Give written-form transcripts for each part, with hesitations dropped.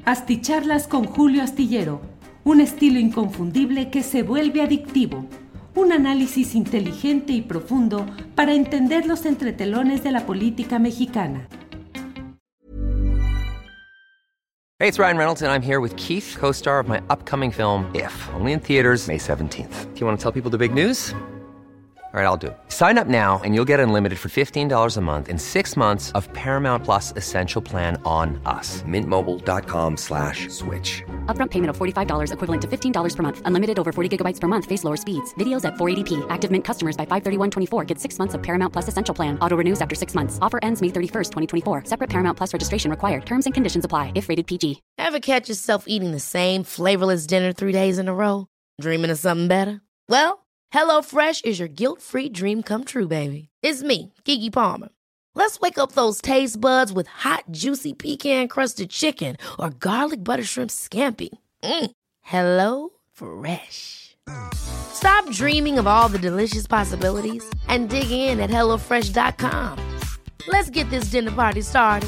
Asticharlas con Julio Astillero, un estilo inconfundible que se vuelve adictivo. Un análisis inteligente y profundo para entender los entretelones de la política mexicana. Hey, it's Ryan Reynolds, and I'm here with Keith, co-star of my upcoming film, If, only in theaters May 17th. Do you want to tell people the big news? All right, I'll do it. Sign up now and you'll get unlimited for $15 a month and 6 months of Paramount Plus Essential Plan on us. MintMobile.com/switch. Upfront payment of $45 equivalent to $15 per month. Unlimited over 40 gigabytes per month. Face lower speeds. Videos at 480p. Active Mint customers by 531.24 get 6 months of Paramount Plus Essential Plan. Auto renews after 6 months. Offer ends May 31st, 2024. Separate Paramount Plus registration required. Terms and conditions apply if rated PG. Ever catch yourself eating the same flavorless dinner 3 days in a row? Dreaming of something better? Well, HelloFresh is your guilt-free dream come true, baby. It's me, Keke Palmer. Let's wake up those taste buds with hot, juicy pecan-crusted chicken or garlic butter shrimp scampi. Hello Fresh. Stop dreaming of all the delicious possibilities and dig in at HelloFresh.com. Let's get this dinner party started.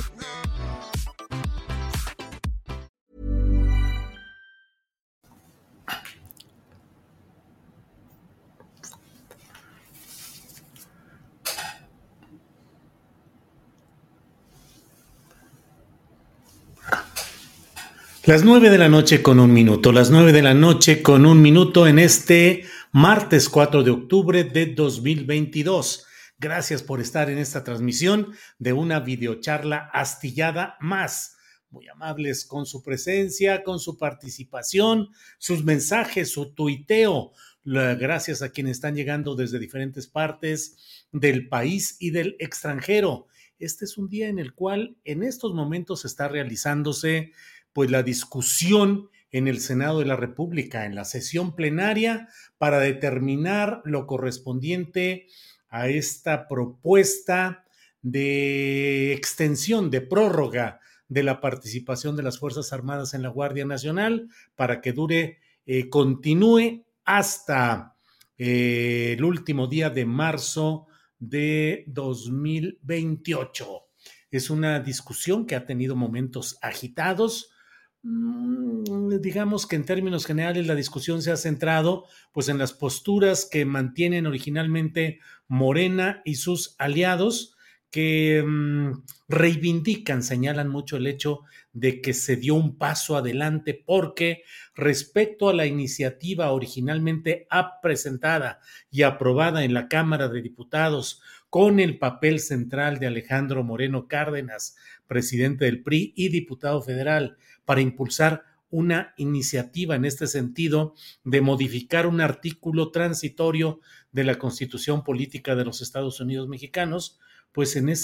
Las 9:01 a.m, las 9:01 a.m. en este martes 4 de octubre de 2022. Gracias por estar en esta transmisión de una videocharla astillada más. Muy amables con su presencia, con su participación, sus mensajes, su tuiteo. Gracias a quienes están llegando desde diferentes partes del país y del extranjero. Este es un día en el cual en estos momentos está realizándose pues la discusión en el Senado de la República, en la sesión plenaria, para determinar lo correspondiente a esta propuesta de extensión, de prórroga de la participación de las Fuerzas Armadas en la Guardia Nacional para que continúe hasta el último día de marzo de 2028. Es una discusión que ha tenido momentos agitados. Digamos que en términos generales la discusión se ha centrado pues en las posturas que mantienen originalmente Morena y sus aliados, que reivindican, señalan mucho el hecho de que se dio un paso adelante porque respecto a la iniciativa originalmente presentada y aprobada en la Cámara de Diputados con el papel central de Alejandro Moreno Cárdenas, presidente del PRI y diputado federal, para impulsar una iniciativa en este sentido de modificar un artículo transitorio de la Constitución Política de los Estados Unidos Mexicanos, pues en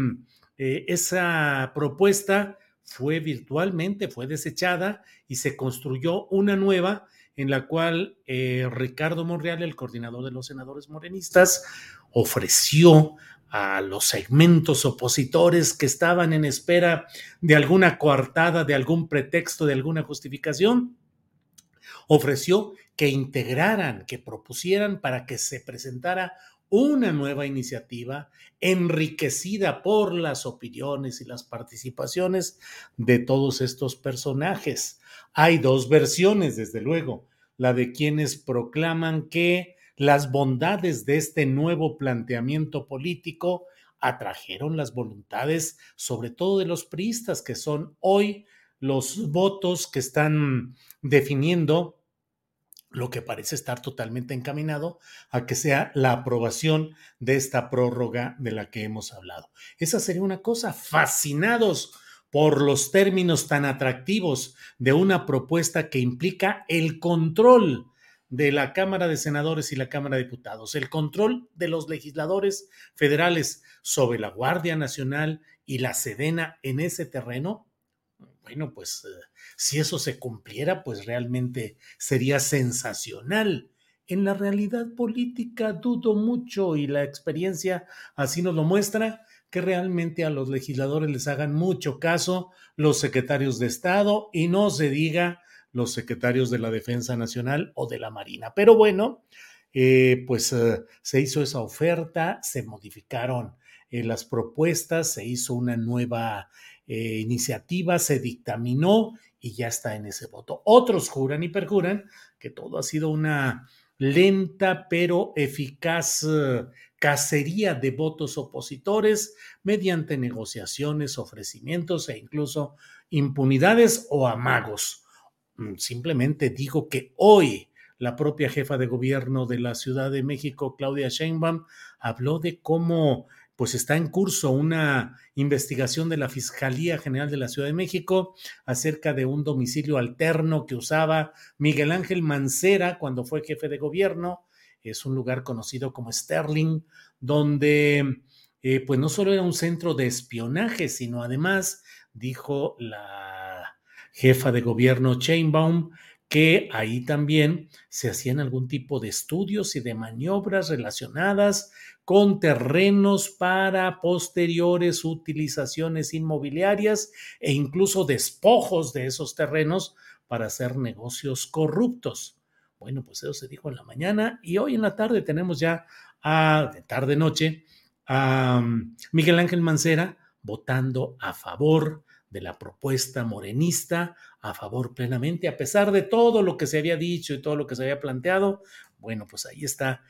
esa propuesta fue desechada y se construyó una nueva en la cual Ricardo Monreal, el coordinador de los senadores morenistas, ofreció a los segmentos opositores que estaban en espera de alguna coartada, de algún pretexto, de alguna justificación, ofreció que integraran, que propusieran para que se presentara una nueva iniciativa enriquecida por las opiniones y las participaciones de todos estos personajes. Hay dos versiones, desde luego, la de quienes proclaman que las bondades de este nuevo planteamiento político atrajeron las voluntades, sobre todo de los priistas, que son hoy los votos que están definiendo lo que parece estar totalmente encaminado a que sea la aprobación de esta prórroga de la que hemos hablado. Esa sería una cosa, fascinados por los términos tan atractivos de una propuesta que implica el control de la Cámara de Senadores y la Cámara de Diputados, el control de los legisladores federales sobre la Guardia Nacional y la Sedena en ese terreno. Bueno, pues si eso se cumpliera, pues realmente sería sensacional. En la realidad política dudo mucho, y la experiencia así nos lo muestra, que realmente a los legisladores les hagan mucho caso los secretarios de Estado y no se diga los secretarios de la Defensa Nacional o de la Marina. Pero bueno, se hizo esa oferta, se modificaron las propuestas, se hizo una nueva iniciativa se dictaminó y ya está en ese voto. Otros juran y perjuran que todo ha sido una lenta pero eficaz cacería de votos opositores mediante negociaciones, ofrecimientos e incluso impunidades o amagos. Simplemente digo que hoy la propia jefa de gobierno de la Ciudad de México, Claudia Sheinbaum, habló de cómo pues está en curso una investigación de la Fiscalía General de la Ciudad de México acerca de un domicilio alterno que usaba Miguel Ángel Mancera cuando fue jefe de gobierno. Es un lugar conocido como Sterling, donde pues no solo era un centro de espionaje, sino además, dijo la jefa de gobierno Sheinbaum, que ahí también se hacían algún tipo de estudios y de maniobras relacionadas con terrenos para posteriores utilizaciones inmobiliarias e incluso despojos de esos terrenos para hacer negocios corruptos. Bueno, pues eso se dijo en la mañana y hoy en la tarde tenemos ya, de tarde-noche, a Miguel Ángel Mancera votando a favor de la propuesta morenista, a favor plenamente, a pesar de todo lo que se había dicho y todo lo que se había planteado. Bueno, pues ahí está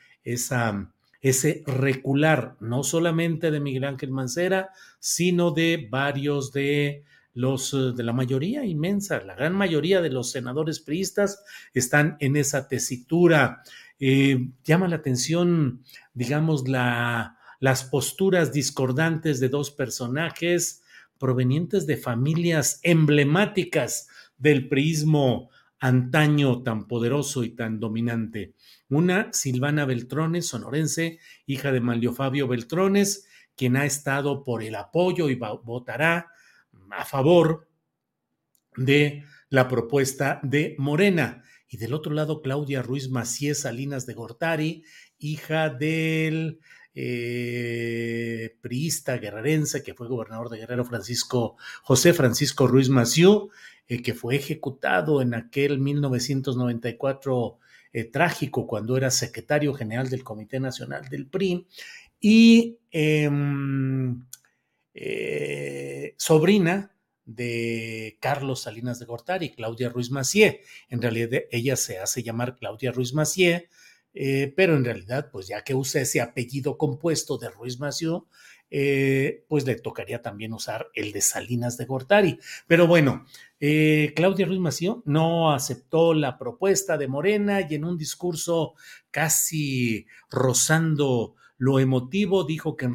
ese recular, no solamente de Miguel Ángel Mancera, sino de varios de la mayoría inmensa, la gran mayoría de los senadores priistas están en esa tesitura. Llama la atención, digamos, las posturas discordantes de dos personajes provenientes de familias emblemáticas del priismo antaño tan poderoso y tan dominante. Una, Silvana Beltrones, sonorense, hija de Manlio Fabio Beltrones, quien ha estado por el apoyo y votará a favor de la propuesta de Morena. Y del otro lado, Claudia Ruiz Massieu Salinas de Gortari, hija del priista guerrerense que fue gobernador de Guerrero, José Francisco Ruiz Massieu, que fue ejecutado en aquel 1994 trágico cuando era secretario general del Comité Nacional del PRI, y sobrina de Carlos Salinas de Gortari, Claudia Ruiz Massieu. En realidad ella se hace llamar Claudia Ruiz Massieu, pero en realidad, pues ya que usa ese apellido compuesto de Ruiz Massieu, pues le tocaría también usar el de Salinas de Gortari. Pero bueno, Claudia Ruiz Massieu no aceptó la propuesta de Morena y en un discurso casi rozando lo emotivo dijo que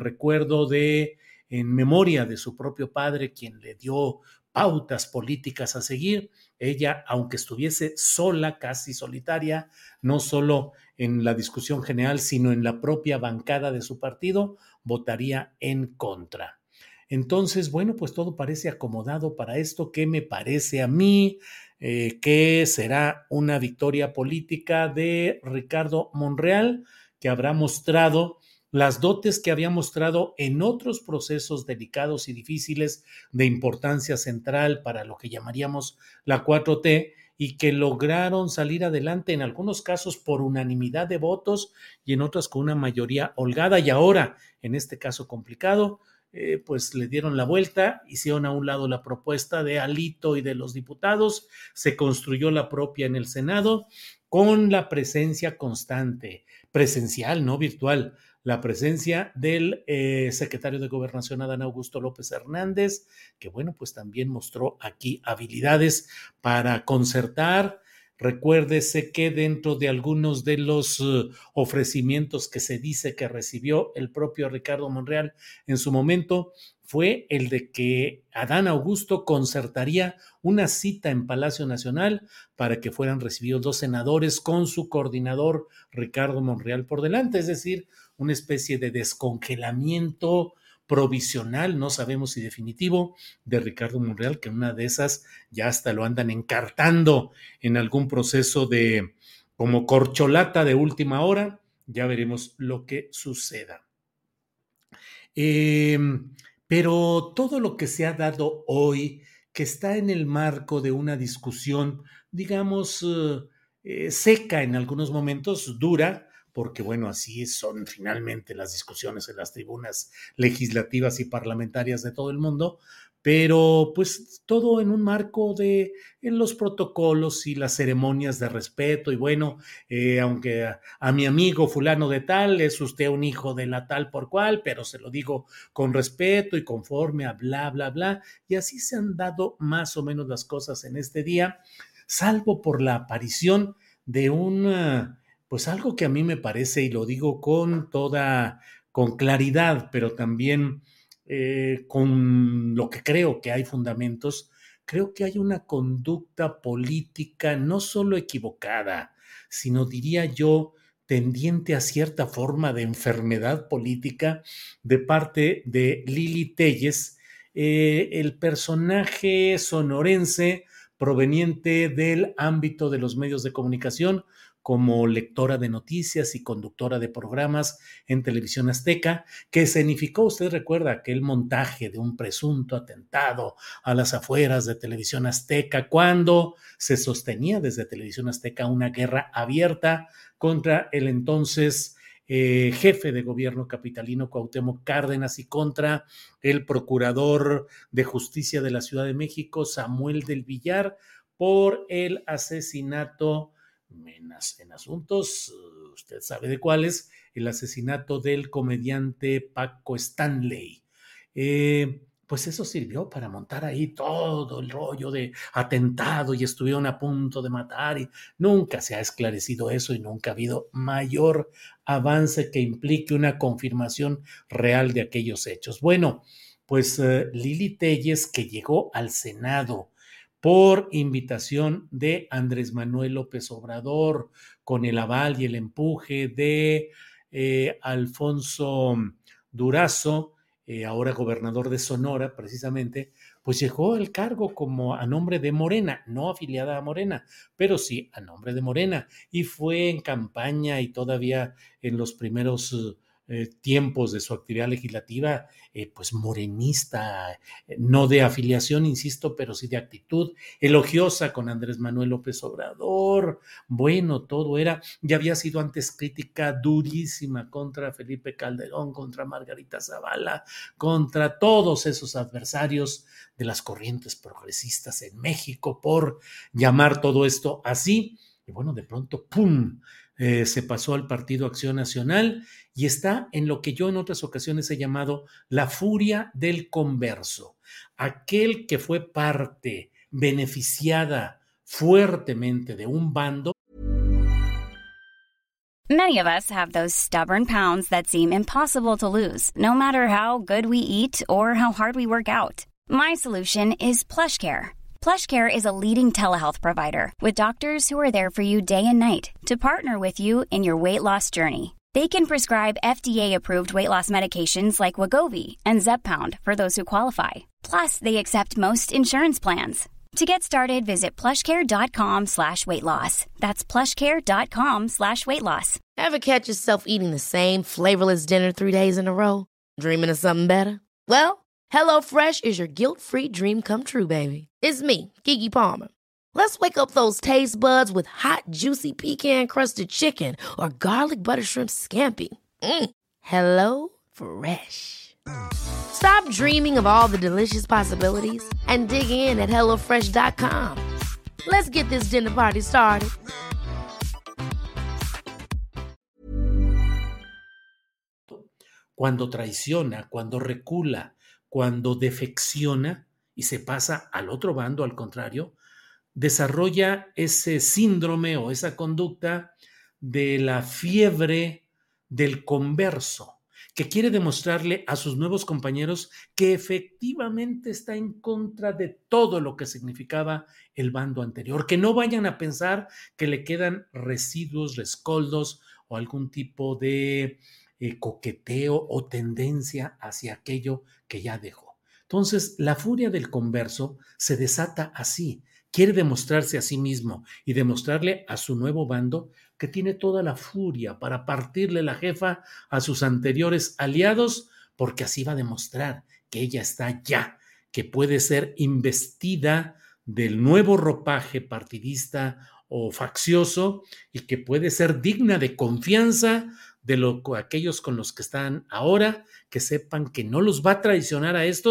en memoria de su propio padre, quien le dio pautas políticas a seguir, ella, aunque estuviese sola, casi solitaria, no solo en la discusión general, sino en la propia bancada de su partido, votaría en contra. Entonces, bueno, pues todo parece acomodado para esto que me parece a mí que será una victoria política de Ricardo Monreal, que habrá mostrado las dotes que había mostrado en otros procesos delicados y difíciles de importancia central para lo que llamaríamos la 4T y que lograron salir adelante en algunos casos por unanimidad de votos y en otras con una mayoría holgada y ahora, en este caso complicado, pues le dieron la vuelta, hicieron a un lado la propuesta de Alito y de los diputados, se construyó la propia en el Senado con la presencia constante, presencial, no virtual, la presencia del secretario de Gobernación, Adán Augusto López Hernández, que bueno, pues también mostró aquí habilidades para concertar. Recuérdese que dentro de algunos de los ofrecimientos que se dice que recibió el propio Ricardo Monreal en su momento, fue el de que Adán Augusto concertaría una cita en Palacio Nacional para que fueran recibidos dos senadores con su coordinador Ricardo Monreal por delante, es decir, una especie de descongelamiento provisional, no sabemos si definitivo, de Ricardo Monreal, que en una de esas ya hasta lo andan encartando en algún proceso de como corcholata de última hora. Ya veremos lo que suceda. Pero todo lo que se ha dado hoy, que está en el marco de una discusión, digamos, seca en algunos momentos, dura, porque bueno, así son finalmente las discusiones en las tribunas legislativas y parlamentarias de todo el mundo, pero pues todo en un marco en los protocolos y las ceremonias de respeto. Y bueno, aunque a mi amigo fulano de tal, es usted un hijo de la tal por cual, pero se lo digo con respeto y conforme a bla, bla, bla. Y así se han dado más o menos las cosas en este día, salvo por la aparición de pues algo que a mí me parece, y lo digo con claridad, pero también con lo que creo que hay fundamentos. Creo que hay una conducta política no solo equivocada, sino diría yo tendiente a cierta forma de enfermedad política de parte de Lili Téllez, el personaje sonorense proveniente del ámbito de los medios de comunicación, como lectora de noticias y conductora de programas en Televisión Azteca, que escenificó, usted recuerda, aquel montaje de un presunto atentado a las afueras de Televisión Azteca, cuando se sostenía desde Televisión Azteca una guerra abierta contra el entonces jefe de gobierno capitalino Cuauhtémoc Cárdenas y contra el procurador de justicia de la Ciudad de México, Samuel del Villar, por el asesinato en asuntos, usted sabe de cuáles, el asesinato del comediante Paco Stanley. Pues eso sirvió para montar ahí todo el rollo de atentado y estuvieron a punto de matar y nunca se ha esclarecido eso y nunca ha habido mayor avance que implique una confirmación real de aquellos hechos. Bueno, pues Lili Téllez, que llegó al Senado por invitación de Andrés Manuel López Obrador, con el aval y el empuje de Alfonso Durazo, ahora gobernador de Sonora, precisamente, pues llegó al cargo como a nombre de Morena, no afiliada a Morena, pero sí a nombre de Morena, y fue en campaña y todavía en los primeros tiempos de su actividad legislativa, pues morenista, no de afiliación, insisto, pero sí de actitud, elogiosa con Andrés Manuel López Obrador. Bueno, todo era, ya había sido antes crítica durísima contra Felipe Calderón, contra Margarita Zavala, contra todos esos adversarios de las corrientes progresistas en México, por llamar todo esto así. Y bueno, de pronto, ¡pum!, se pasó al Partido Acción Nacional y está en lo que yo en otras ocasiones he llamado la furia del converso, aquel que fue parte beneficiada fuertemente de un bando. Many of us have those stubborn pounds that seem impossible to lose, no matter how good we eat or how hard we work out. My solution is PlushCare. PlushCare is a leading telehealth provider with doctors who are there for you day and night to partner with you in your weight loss journey. They can prescribe FDA-approved weight loss medications like Wegovy and Zepbound for those who qualify. Plus, they accept most insurance plans. To get started, visit plushcare.com/weightloss. That's plushcare.com/weightloss. Ever catch yourself eating the same flavorless dinner 3 days in a row? Dreaming of something better? Well, HelloFresh is your guilt-free dream come true, baby. It's me, Keke Palmer. Let's wake up those taste buds with hot, juicy pecan-crusted chicken or garlic butter shrimp scampi. Hello Fresh. Stop dreaming of all the delicious possibilities and dig in at HelloFresh.com. Let's get this dinner party started. Cuando traiciona, cuando recula, cuando defecciona y se pasa al otro bando, al contrario, desarrolla ese síndrome o esa conducta de la fiebre del converso, que quiere demostrarle a sus nuevos compañeros que efectivamente está en contra de todo lo que significaba el bando anterior, que no vayan a pensar que le quedan residuos, rescoldos o algún tipo de coqueteo o tendencia hacia aquello que ya dejó. Entonces, la furia del converso se desata así. Quiere demostrarse a sí mismo y demostrarle a su nuevo bando que tiene toda la furia para partirle la jefa a sus anteriores aliados, porque así va a demostrar que ella está ya, que puede ser investida del nuevo ropaje partidista o faccioso y que puede ser digna de confianza de aquellos con los que están ahora, que sepan que no los va a traicionar a estos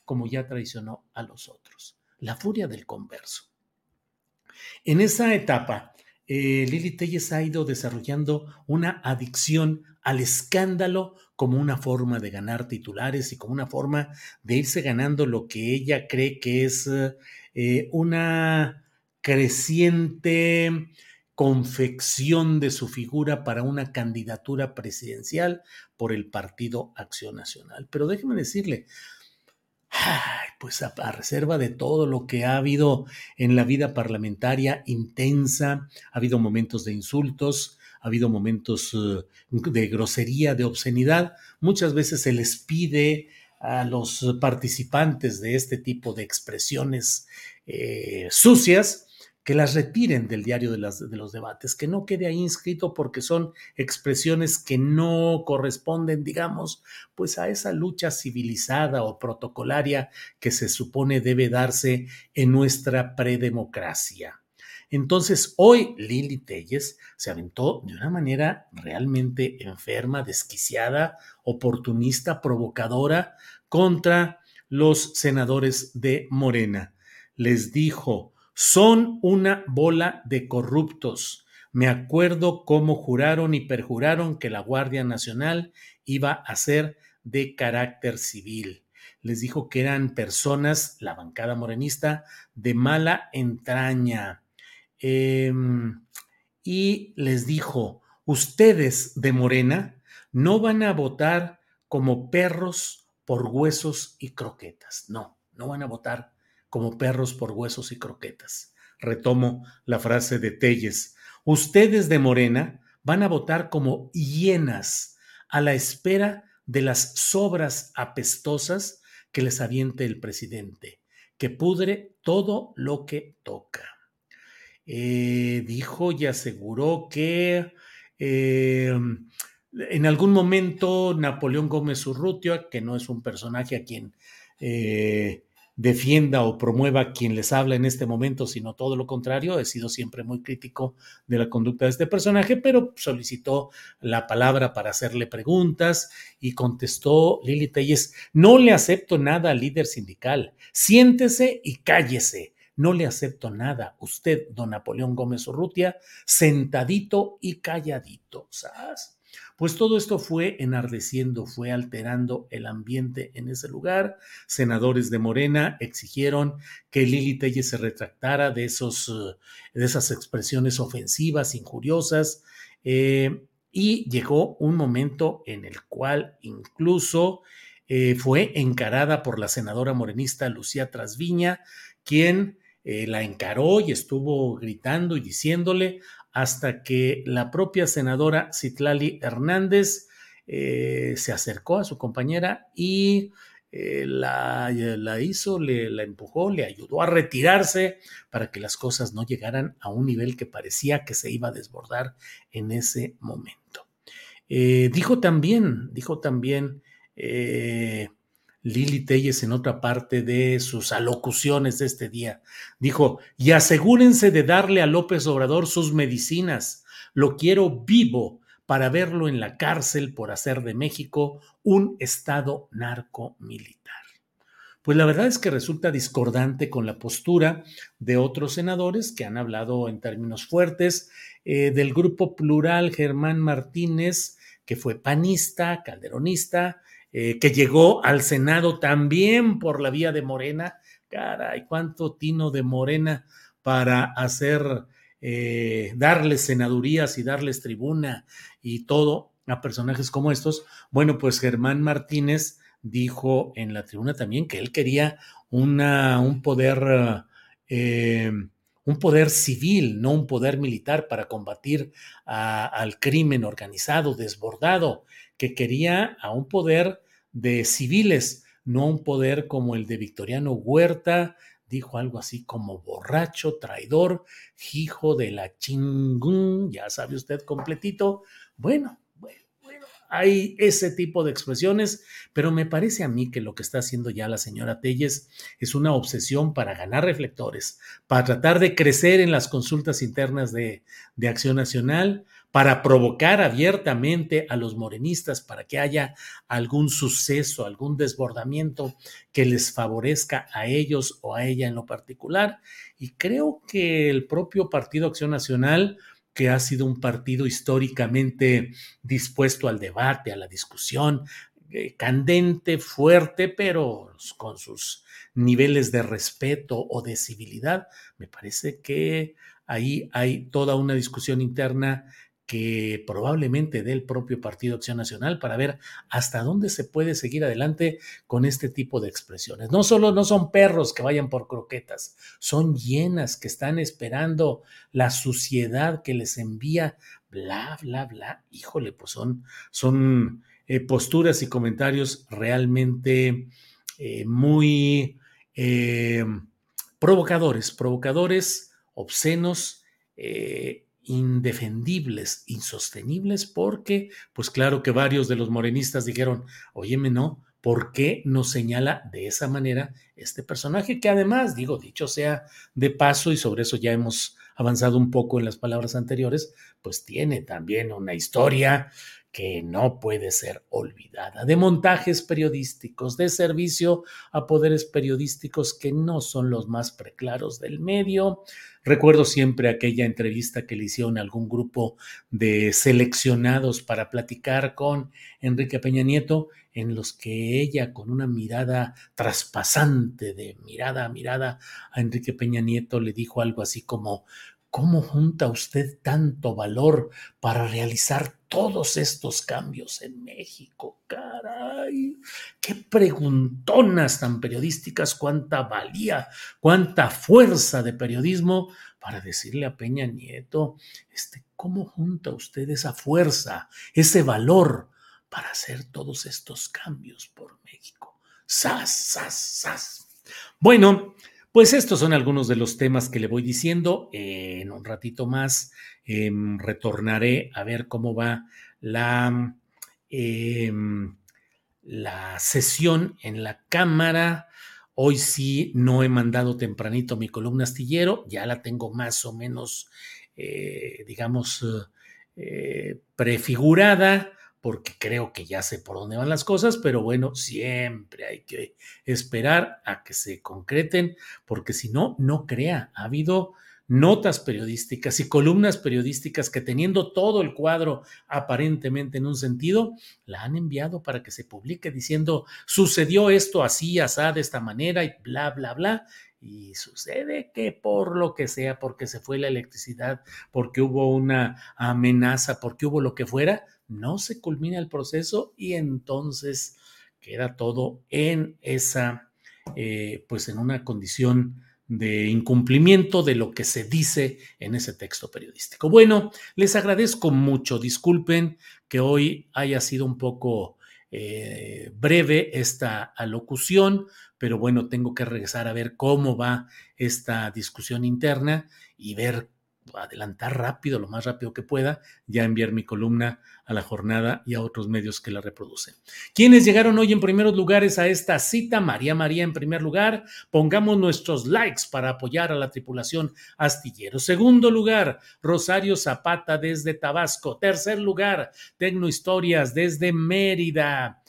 como ya traicionó a los otros. La furia del converso. En esa etapa, Lili Téllez ha ido desarrollando una adicción al escándalo como una forma de ganar titulares y como una forma de irse ganando lo que ella cree que es una creciente confección de su figura para una candidatura presidencial por el Partido Acción Nacional. Pero déjeme decirle, pues a reserva de todo lo que ha habido en la vida parlamentaria intensa, ha habido momentos de insultos, ha habido momentos de grosería, de obscenidad. Muchas veces se les pide a los participantes de este tipo de expresiones sucias que las retiren del diario de los debates, que no quede ahí inscrito porque son expresiones que no corresponden, digamos, pues a esa lucha civilizada o protocolaria que se supone debe darse en nuestra predemocracia. Entonces, hoy Lili Téllez se aventó de una manera realmente enferma, desquiciada, oportunista, provocadora contra los senadores de Morena. Les dijo: son una bola de corruptos. Me acuerdo cómo juraron y perjuraron que la Guardia Nacional iba a ser de carácter civil. Les dijo que eran personas, la bancada morenista, de mala entraña. Y les dijo: ustedes de Morena no van a votar como perros por huesos y croquetas. No van a votar como perros por huesos y croquetas. Retomo la frase de Téllez. Ustedes de Morena van a votar como hienas a la espera de las sobras apestosas que les aviente el presidente, que pudre todo lo que toca. Dijo y aseguró que en algún momento Napoleón Gómez Urrutia, que no es un personaje a quien defienda o promueva quien les habla en este momento, sino todo lo contrario, he sido siempre muy crítico de la conducta de este personaje, pero solicitó la palabra para hacerle preguntas y contestó Lili Téllez: no le acepto nada al líder sindical, siéntese y cállese. No le acepto nada. Usted, don Napoleón Gómez Urrutia, sentadito y calladito. ¿Sabes? Pues todo esto fue enardeciendo, fue alterando el ambiente en ese lugar. Senadores de Morena exigieron que Lili Téllez se retractara de esas expresiones ofensivas, injuriosas, y llegó un momento en el cual incluso fue encarada por la senadora morenista Lucía Trasviña, quien la encaró y estuvo gritando y diciéndole, hasta que la propia senadora Citlali Hernández se acercó a su compañera y la hizo, la empujó, le ayudó a retirarse para que las cosas no llegaran a un nivel que parecía que se iba a desbordar en ese momento. Dijo también Lili Téllez en otra parte de sus alocuciones de este día. Dijo: y asegúrense de darle a López Obrador sus medicinas. Lo quiero vivo para verlo en la cárcel por hacer de México un estado narcomilitar. Pues la verdad es que resulta discordante con la postura de otros senadores que han hablado en términos fuertes. Del Grupo Plural, Germán Martínez, que fue panista, calderonista, que llegó al Senado también por la vía de Morena. Caray, cuánto tino de Morena para darles senadurías y darles tribuna y todo a personajes como estos. Bueno, pues Germán Martínez dijo en la tribuna también que él quería un poder civil, no un poder militar para combatir al crimen organizado, desbordado, que quería a un poder de civiles, no un poder como el de Victoriano Huerta. Dijo algo así como borracho, traidor, hijo de la chingún, ya sabe usted completito. Bueno, hay ese tipo de expresiones, pero me parece a mí que lo que está haciendo ya la señora Téllez es una obsesión para ganar reflectores, para tratar de crecer en las consultas internas de Acción Nacional, para provocar abiertamente a los morenistas para que haya algún suceso, algún desbordamiento que les favorezca a ellos o a ella en lo particular. Y creo que el propio Partido Acción Nacional, que ha sido un partido históricamente dispuesto al debate, a la discusión, candente, fuerte, pero con sus niveles de respeto o de civilidad, me parece que ahí hay toda una discusión interna que probablemente dé el propio Partido Acción Nacional para ver hasta dónde se puede seguir adelante con este tipo de expresiones. No son perros que vayan por croquetas, son hienas que están esperando la suciedad que les envía, bla, bla, bla. Híjole, pues son posturas y comentarios realmente muy provocadores, obscenos, indefendibles, insostenibles, porque, pues claro que varios de los morenistas dijeron, óyeme, no, ¿por qué nos señala de esa manera este personaje? Que además, dicho sea de paso, y sobre eso ya hemos avanzado un poco en las palabras anteriores, pues tiene también una historia que no puede ser olvidada, de montajes periodísticos, de servicio a poderes periodísticos que no son los más preclaros del medio. Recuerdo siempre aquella entrevista que le hicieron a algún grupo de seleccionados para platicar con Enrique Peña Nieto, en los que ella, con una mirada traspasante de mirada a mirada a Enrique Peña Nieto, le dijo algo así como: ¿cómo junta usted tanto valor para realizar todos estos cambios en México? Caray, qué preguntonas tan periodísticas, cuánta valía, cuánta fuerza de periodismo para decirle a Peña Nieto, ¿cómo junta usted esa fuerza, ese valor para hacer todos estos cambios por México? ¡Sas, sas, sas! Bueno, pues estos son algunos de los temas que le voy diciendo. En un ratito más retornaré a ver cómo va la sesión en la Cámara. Hoy sí no he mandado tempranito mi columna astillero, ya la tengo más o menos, prefigurada, porque creo que ya sé por dónde van las cosas, pero bueno, siempre hay que esperar a que se concreten, porque si no, no crea, ha habido notas periodísticas y columnas periodísticas que, teniendo todo el cuadro aparentemente en un sentido, la han enviado para que se publique diciendo sucedió esto así, asá, de esta manera y bla, bla, bla. Y sucede que por lo que sea, porque se fue la electricidad, porque hubo una amenaza, porque hubo lo que fuera, no se culmina el proceso y entonces queda todo en esa, pues en una condición de incumplimiento de lo que se dice en ese texto periodístico. Bueno, les agradezco mucho. Disculpen que hoy haya sido un poco breve esta alocución, pero bueno, tengo que regresar a ver cómo va esta discusión interna y adelantar rápido, lo más rápido que pueda, ya enviar mi columna a La Jornada y a otros medios que la reproducen. ¿Quiénes llegaron hoy en primeros lugares a esta cita? María en primer lugar. Pongamos nuestros likes para apoyar a la tripulación astillero. Segundo lugar, Rosario Zapata desde Tabasco. Tercer lugar, Tecnohistorias desde Mérida.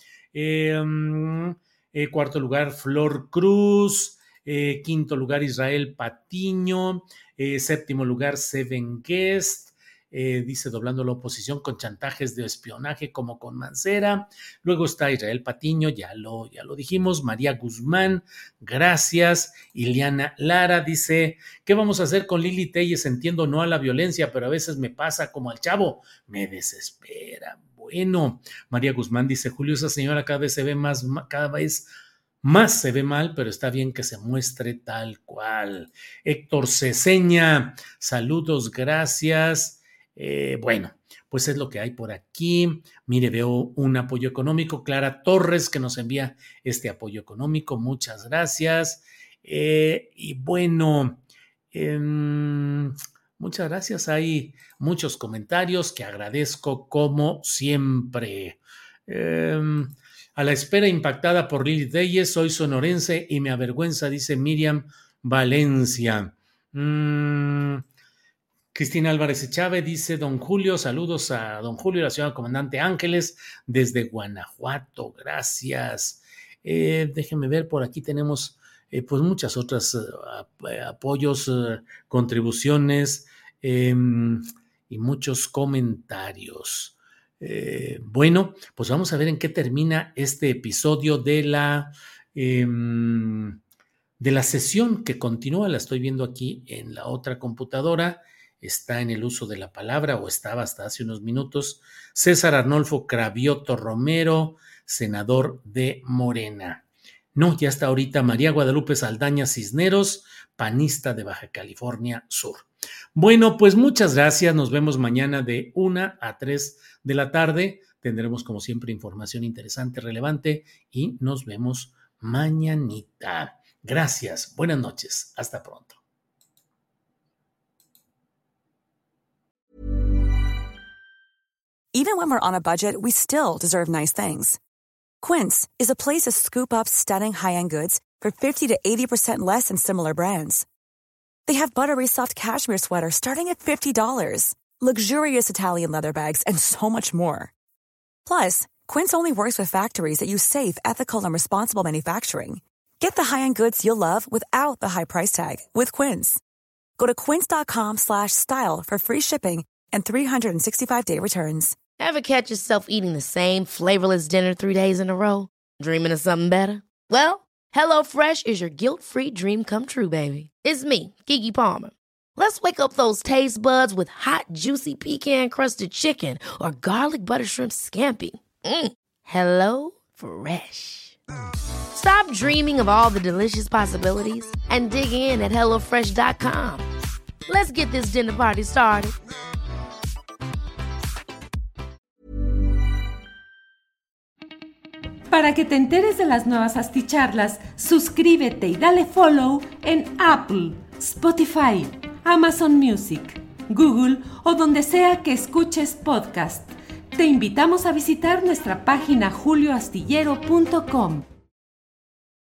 Cuarto lugar, Flor Cruz. Quinto lugar, Israel Patiño. Séptimo lugar, Seven Guest. Dice doblando la oposición con chantajes de espionaje como con Mancera. Luego está Israel Patiño, ya lo dijimos. María Guzmán, gracias. Iliana Lara dice, ¿qué vamos a hacer con Lili Telles? Entiendo no a la violencia, pero a veces me pasa como al chavo, me desespera. Bueno, María Guzmán dice, Julio, esa señora cada vez se ve más se ve mal, pero está bien que se muestre tal cual. Héctor Ceseña, saludos, gracias. Bueno, pues es lo que hay por aquí. Mire, veo un apoyo económico. Clara Torres, que nos envía este apoyo económico. Muchas gracias. Y bueno, muchas gracias. Hay muchos comentarios que agradezco como siempre. A la espera, impactada por Lili Telles, soy sonorense y me avergüenza, dice Miriam Valencia. Cristina Álvarez Echave dice, don Julio, saludos a don Julio y la señora comandante Ángeles desde Guanajuato, gracias. Déjenme ver, por aquí tenemos pues muchas otras apoyos, contribuciones y muchos comentarios. Bueno, pues vamos a ver en qué termina este episodio de la sesión que continúa. La estoy viendo aquí en la otra computadora. Está en el uso de la palabra, o estaba hasta hace unos minutos, César Arnolfo Cravioto Romero, senador de Morena. No, ya está ahorita María Guadalupe Saldaña Cisneros, panista de Baja California Sur. Bueno, pues muchas gracias. Nos vemos mañana de 1 a 3 de la tarde. Tendremos, como siempre, información interesante, relevante, y nos vemos mañanita. Gracias. Buenas noches. Hasta pronto. Even when we're on a budget, we still deserve nice things. Quince is a place to scoop up stunning high-end goods for 50 to 80% less than similar brands. They have buttery soft cashmere sweaters starting at $50, luxurious Italian leather bags, and so much more. Plus, Quince only works with factories that use safe, ethical, and responsible manufacturing. Get the high-end goods you'll love without the high price tag with Quince. Go to quince.com/style for free shipping and 365-day returns. Ever catch yourself eating the same flavorless dinner 3 days in a row? Dreaming of something better? Well, HelloFresh is your guilt-free dream come true, baby. It's me, Keke Palmer. Let's wake up those taste buds with hot, juicy pecan-crusted chicken or garlic butter shrimp scampi. Hello Fresh. Stop dreaming of all the delicious possibilities and dig in at HelloFresh.com. Let's get this dinner party started. Para que te enteres de las nuevas asticharlas, suscríbete y dale follow en Apple, Spotify, Amazon Music, Google o donde sea que escuches podcast. Te invitamos a visitar nuestra página julioastillero.com.